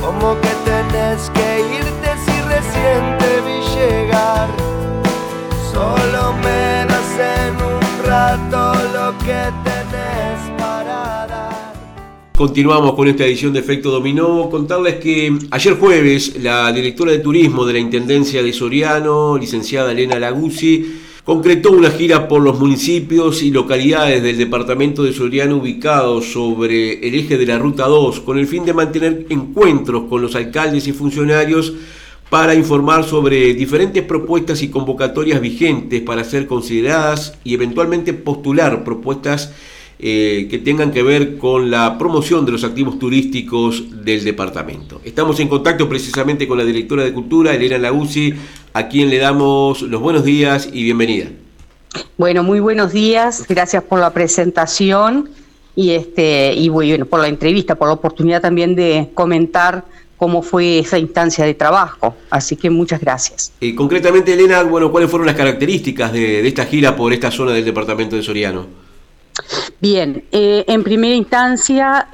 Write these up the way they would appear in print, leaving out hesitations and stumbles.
como que tenés que irte si recién te vi llegar. Solo me das en un rato lo que tenés para dar. Continuamos con esta edición de Efecto Dominó. Contarles que ayer jueves la directora de Turismo de la Intendencia de Soriano, licenciada Elena Laguzzi, concretó una gira por los municipios y localidades del departamento de Soriano ubicados sobre el eje de la Ruta 2, con el fin de mantener encuentros con los alcaldes y funcionarios para informar sobre diferentes propuestas y convocatorias vigentes para ser consideradas y eventualmente postular propuestas que tengan que ver con la promoción de los activos turísticos del departamento. Estamos en contacto precisamente con la directora de Cultura, Elena Laguzzi, a quien le damos los buenos días y bienvenida. Bueno, muy buenos días, gracias por la presentación y bueno, por la entrevista, por la oportunidad también de comentar cómo fue esa instancia de trabajo, así que muchas gracias. Concretamente, Elena, bueno, ¿cuáles fueron las características de esta gira por esta zona del departamento de Soriano? Bien, en primera instancia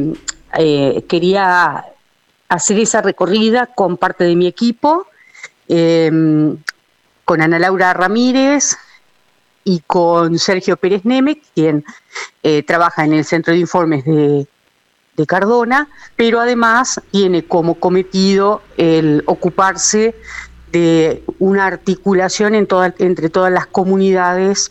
quería hacer esa recorrida con parte de mi equipo, con Ana Laura Ramírez y con Sergio Pérez Nemec, quien trabaja en el Centro de Informes de Cardona, pero además tiene como cometido el ocuparse de una articulación entre todas las comunidades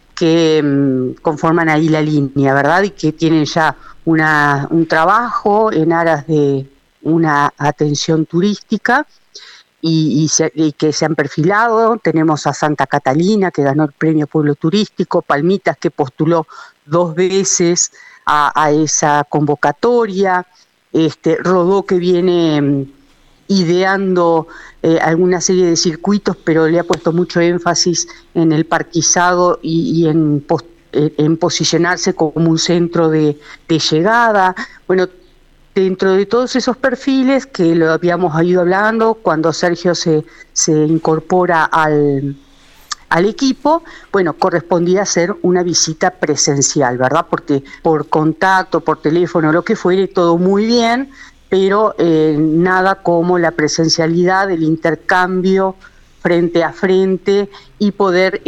que conforman ahí la línea, ¿verdad? Y que tienen ya un trabajo en aras de una atención turística y que se han perfilado. Tenemos a Santa Catalina, que ganó el Premio Pueblo Turístico, Palmitas, que postuló 2 veces a esa convocatoria, Rodó, que viene ideando alguna serie de circuitos, pero le ha puesto mucho énfasis en el parquizado y en posicionarse como un centro de llegada. Bueno, dentro de todos esos perfiles que lo habíamos ido hablando, cuando Sergio se incorpora al equipo, bueno, correspondía hacer una visita presencial, ¿verdad? Porque por contacto, por teléfono, lo que fuere, todo muy bien, pero nada como la presencialidad, el intercambio frente a frente y poder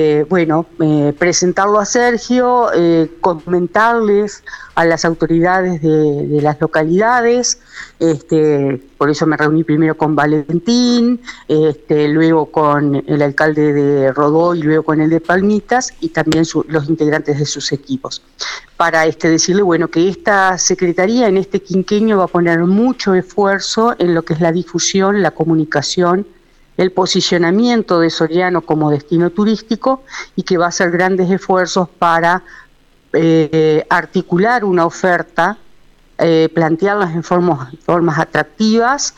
presentarlo a Sergio, comentarles a las autoridades de las localidades, por eso me reuní primero con Valentín, luego con el alcalde de Rodó y luego con el de Palmitas y también los integrantes de sus equipos, para decirle que esta secretaría en este quinquenio va a poner mucho esfuerzo en lo que es la difusión, la comunicación, el posicionamiento de Soriano como destino turístico y que va a hacer grandes esfuerzos para articular una oferta, plantearlas en formas atractivas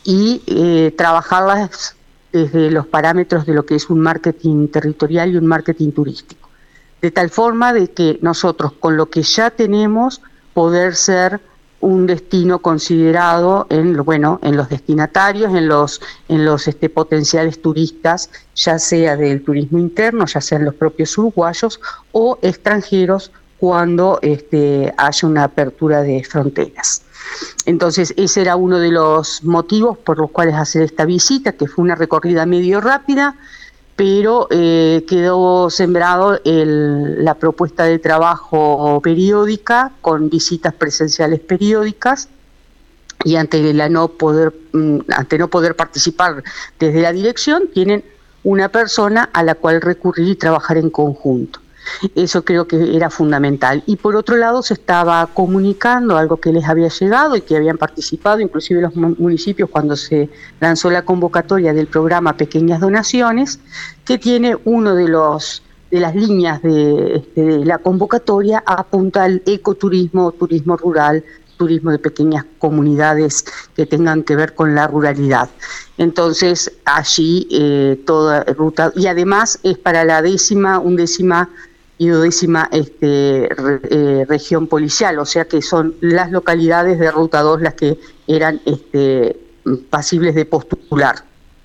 y trabajarlas desde los parámetros de lo que es un marketing territorial y un marketing turístico, de tal forma de que nosotros con lo que ya tenemos poder ser un destino considerado en los destinatarios, en los potenciales turistas, ya sea del turismo interno, ya sean los propios uruguayos o extranjeros cuando haya una apertura de fronteras. Entonces ese era uno de los motivos por los cuales hacer esta visita, que fue una recorrida medio rápida, pero quedó sembrado la propuesta de trabajo periódica con visitas presenciales periódicas y ante no poder participar desde la dirección tienen una persona a la cual recurrir y trabajar en conjunto. Eso creo que era fundamental. Y por otro lado se estaba comunicando algo que les había llegado y que habían participado inclusive los municipios cuando se lanzó la convocatoria del programa Pequeñas Donaciones, que tiene uno de las líneas de la convocatoria apunta al ecoturismo, turismo rural, turismo de pequeñas comunidades que tengan que ver con la ruralidad. Entonces allí toda ruta, y además es para la 10ª y 12ª región policial, o sea que son las localidades de Ruta 2 las que eran pasibles de postular.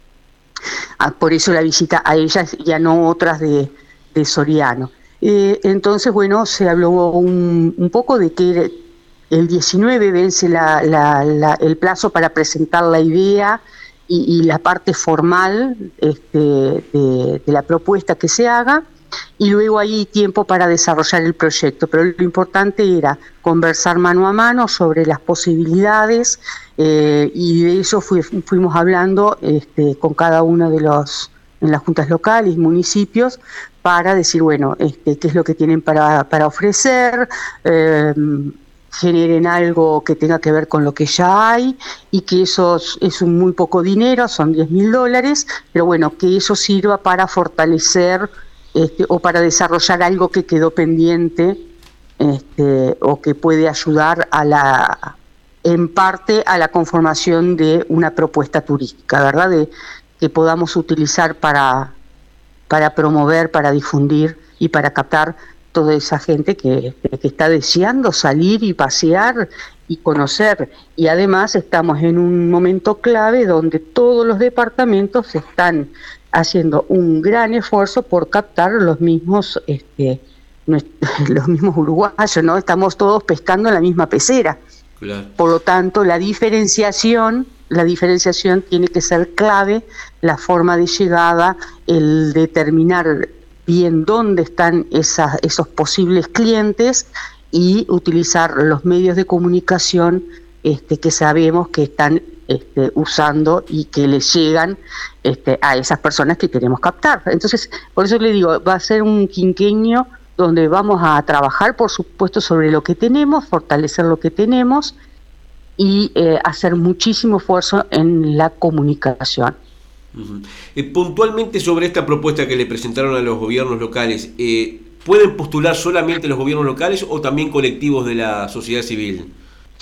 Por eso la visita a ellas, ya no otras de Soriano. Entonces, se habló un poco de qué el 19 vence el plazo para presentar la idea y la parte formal de la propuesta que se haga, y luego hay tiempo para desarrollar el proyecto. Pero lo importante era conversar mano a mano sobre las posibilidades, y de eso fuimos hablando con cada uno en las juntas locales, municipios, para decir, bueno, qué es lo que tienen para ofrecer, generen algo que tenga que ver con lo que ya hay, y que eso es un muy poco dinero, son $10.000, pero bueno, que eso sirva para fortalecer o para desarrollar algo que quedó pendiente, o que puede ayudar en parte a la conformación de una propuesta turística, ¿verdad? Que podamos utilizar para promover, para difundir y para captar toda esa gente que está deseando salir y pasear y conocer. Y además estamos en un momento clave donde todos los departamentos están haciendo un gran esfuerzo por captar los mismos uruguayos, ¿no? Estamos todos pescando en la misma pecera. Claro. Por lo tanto, la diferenciación tiene que ser clave, la forma de llegada, el determinar bien dónde están esos posibles clientes y utilizar los medios de comunicación que sabemos que están usando y que les llegan a esas personas que queremos captar. Entonces, por eso le digo, va a ser un quinquenio donde vamos a trabajar, por supuesto, sobre lo que tenemos, fortalecer lo que tenemos y hacer muchísimo esfuerzo en la comunicación. Uh-huh. Puntualmente sobre esta propuesta que le presentaron a los gobiernos locales, ¿pueden postular solamente los gobiernos locales o también colectivos de la sociedad civil?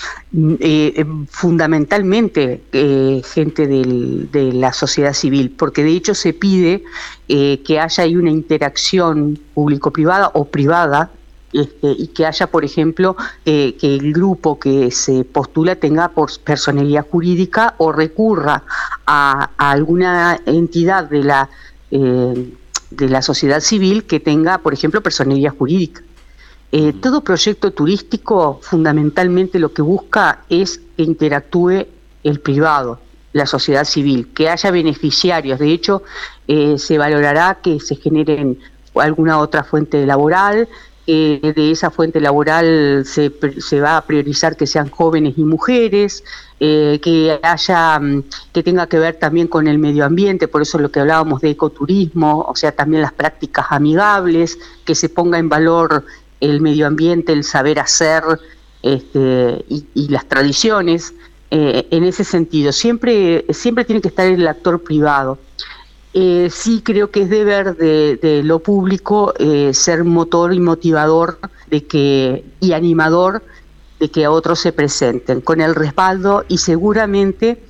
Fundamentalmente gente de la sociedad civil, porque de hecho se pide que haya ahí una interacción público-privada o privada, y que haya, por ejemplo, que el grupo que se postula tenga por personería jurídica o recurra a alguna entidad de la sociedad civil que tenga, por ejemplo, personería jurídica. Todo proyecto turístico fundamentalmente lo que busca es que interactúe el privado, la sociedad civil, que haya beneficiarios. De hecho, se valorará que se generen alguna otra fuente laboral, de esa fuente laboral se va a priorizar que sean jóvenes y mujeres, que tenga que ver también con el medio ambiente, por eso lo que hablábamos de ecoturismo, o sea, también las prácticas amigables, que se ponga en valor el medio ambiente, el saber hacer, y las tradiciones. En ese sentido, siempre tiene que estar el actor privado. Sí creo que es deber de lo público ser motor y motivador y animador de que otros se presenten, con el respaldo, y seguramente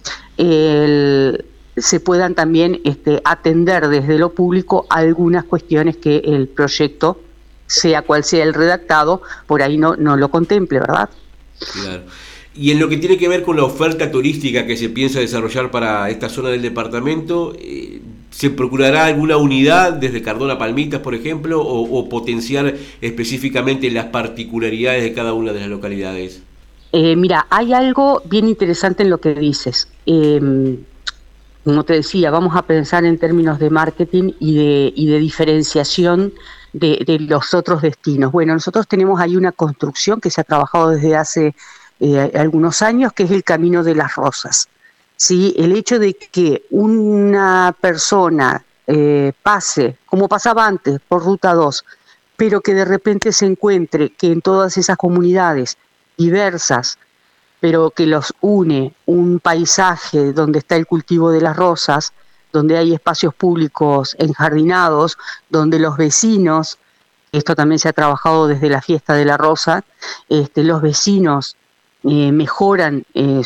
se puedan también atender desde lo público algunas cuestiones que el proyecto, sea cual sea el redactado, por ahí no lo contemple, ¿verdad? Claro. Y en lo que tiene que ver con la oferta turística que se piensa desarrollar para esta zona del departamento, ¿se procurará alguna unidad desde Cardona a Palmitas, por ejemplo, o potenciar específicamente las particularidades de cada una de las localidades? Mira, hay algo bien interesante en lo que dices. Como te decía, vamos a pensar en términos de marketing y de diferenciación de los otros destinos. Bueno, nosotros tenemos ahí una construcción que se ha trabajado desde hace algunos años, que es el Camino de las Rosas. ¿Sí? El hecho de que una persona pase, como pasaba antes, por Ruta 2, pero que de repente se encuentre que en todas esas comunidades diversas, pero que los une un paisaje donde está el cultivo de las rosas, donde hay espacios públicos enjardinados, donde los vecinos, esto también se ha trabajado desde la fiesta de la rosa, los vecinos mejoran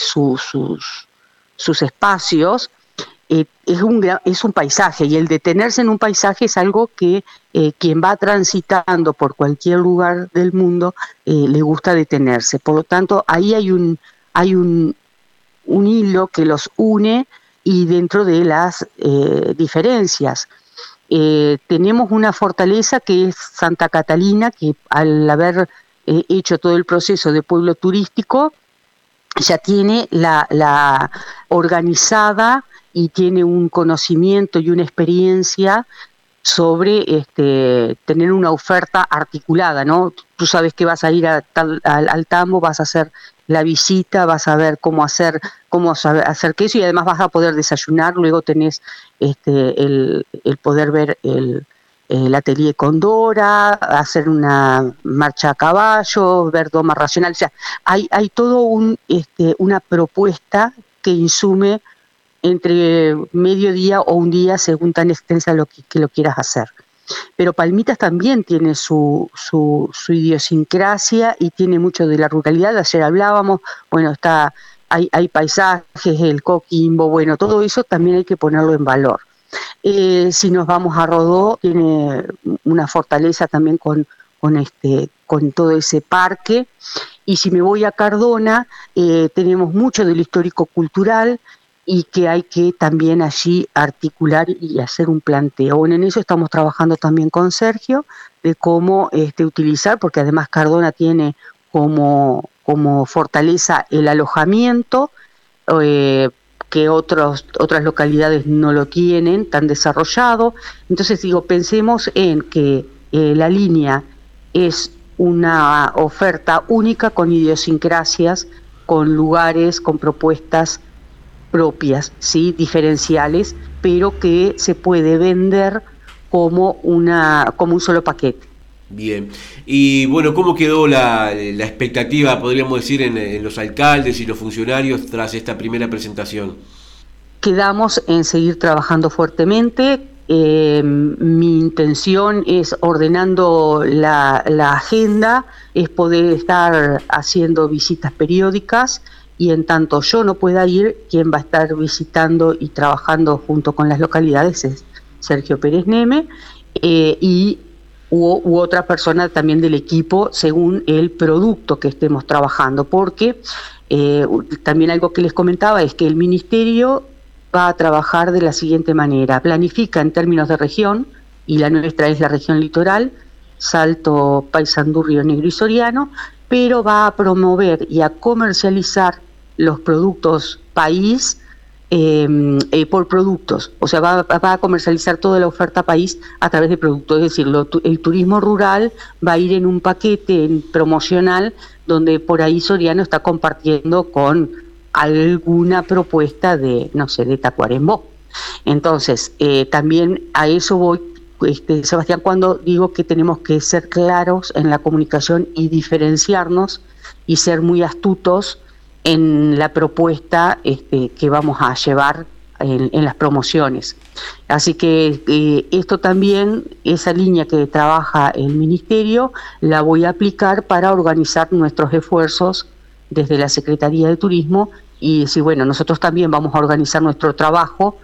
sus espacios, es un paisaje, y el detenerse en un paisaje es algo que quien va transitando por cualquier lugar del mundo le gusta detenerse. Por lo tanto, ahí hay un hilo que los une, y dentro de las diferencias. Tenemos una fortaleza que es Santa Catalina, que al haber hecho todo el proceso de pueblo turístico, ya tiene la organizada y tiene un conocimiento y una experiencia sobre tener una oferta articulada, ¿no? Tú sabes que vas a ir al tambo, vas a hacer la visita, vas a ver cómo hacer queso y además vas a poder desayunar, luego tenés el poder ver el atelier Condora, hacer una marcha a caballo, ver doma racional, o sea, hay todo una propuesta que insume entre mediodía o un día según tan extensa que lo quieras hacer. Pero Palmitas también tiene su idiosincrasia y tiene mucho de la ruralidad. Ayer hablábamos, bueno, hay paisajes, el Coquimbo, bueno, todo eso también hay que ponerlo en valor. Si nos vamos a Rodó, tiene una fortaleza también con todo ese parque. Y si me voy a Cardona, tenemos mucho del histórico-cultural, y que hay que también allí articular y hacer un planteo. Bueno, en eso estamos trabajando también con Sergio, de cómo utilizar, porque además Cardona tiene como fortaleza el alojamiento, que otras localidades no lo tienen tan desarrollado. Entonces pensemos en que la línea es una oferta única con idiosincrasias, con lugares, con propuestas propias, ¿sí? Diferenciales, pero que se puede vender como un solo paquete. Bien, y bueno, ¿cómo quedó la expectativa, podríamos decir, en los alcaldes y los funcionarios tras esta primera presentación? Quedamos en seguir trabajando fuertemente. Mi intención es, ordenando la agenda, es poder estar haciendo visitas periódicas, y en tanto yo no pueda ir, quien va a estar visitando y trabajando junto con las localidades es Sergio Pérez Neme, u otra persona también del equipo según el producto que estemos trabajando, porque también algo que les comentaba es que el Ministerio va a trabajar de la siguiente manera: planifica en términos de región, y la nuestra es la región litoral, Salto, Paysandú, Río Negro y Soriano, pero va a promover y a comercializar los productos país por productos, o sea, va a comercializar toda la oferta país a través de productos, es decir, el turismo rural va a ir en un paquete promocional donde por ahí Soriano está compartiendo con alguna propuesta de Tacuarembó. Entonces, también a eso voy, Sebastián, cuando digo que tenemos que ser claros en la comunicación y diferenciarnos y ser muy astutos en la propuesta que vamos a llevar en las promociones. Así que esto también, esa línea que trabaja el Ministerio, la voy a aplicar para organizar nuestros esfuerzos desde la Secretaría de Turismo y decir, bueno, nosotros también vamos a organizar nuestro trabajo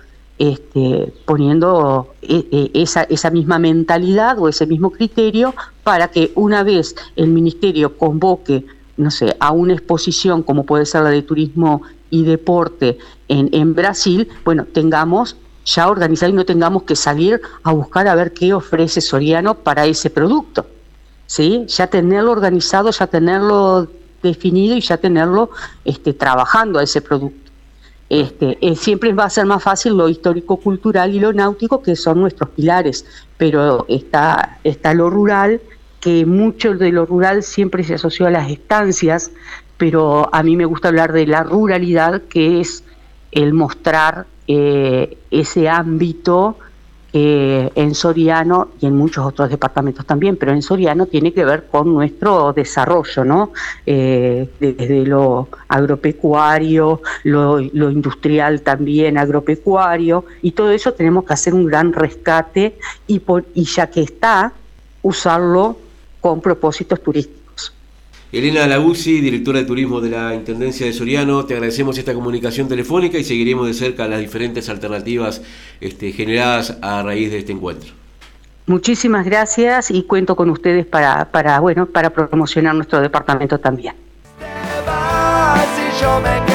poniendo esa misma mentalidad o ese mismo criterio, para que una vez el Ministerio convoque, a una exposición como puede ser la de turismo y deporte en Brasil, bueno, tengamos ya organizado y no tengamos que salir a buscar a ver qué ofrece Soriano para ese producto, ¿sí? Ya tenerlo organizado, ya tenerlo definido y ya tenerlo trabajando a ese producto. Siempre va a ser más fácil lo histórico-cultural y lo náutico, que son nuestros pilares, pero está lo rural, que mucho de lo rural siempre se asoció a las estancias, pero a mí me gusta hablar de la ruralidad, que es el mostrar ese ámbito en Soriano y en muchos otros departamentos también, pero en Soriano tiene que ver con nuestro desarrollo, ¿no? Desde lo agropecuario, lo industrial también agropecuario, y todo eso tenemos que hacer un gran rescate y ya que está, usarlo con propósitos turísticos. Elena Laguzzi, directora de Turismo de la Intendencia de Soriano, te agradecemos esta comunicación telefónica y seguiremos de cerca las diferentes alternativas generadas a raíz de este encuentro. Muchísimas gracias y cuento con ustedes para promocionar nuestro departamento también. Si yo me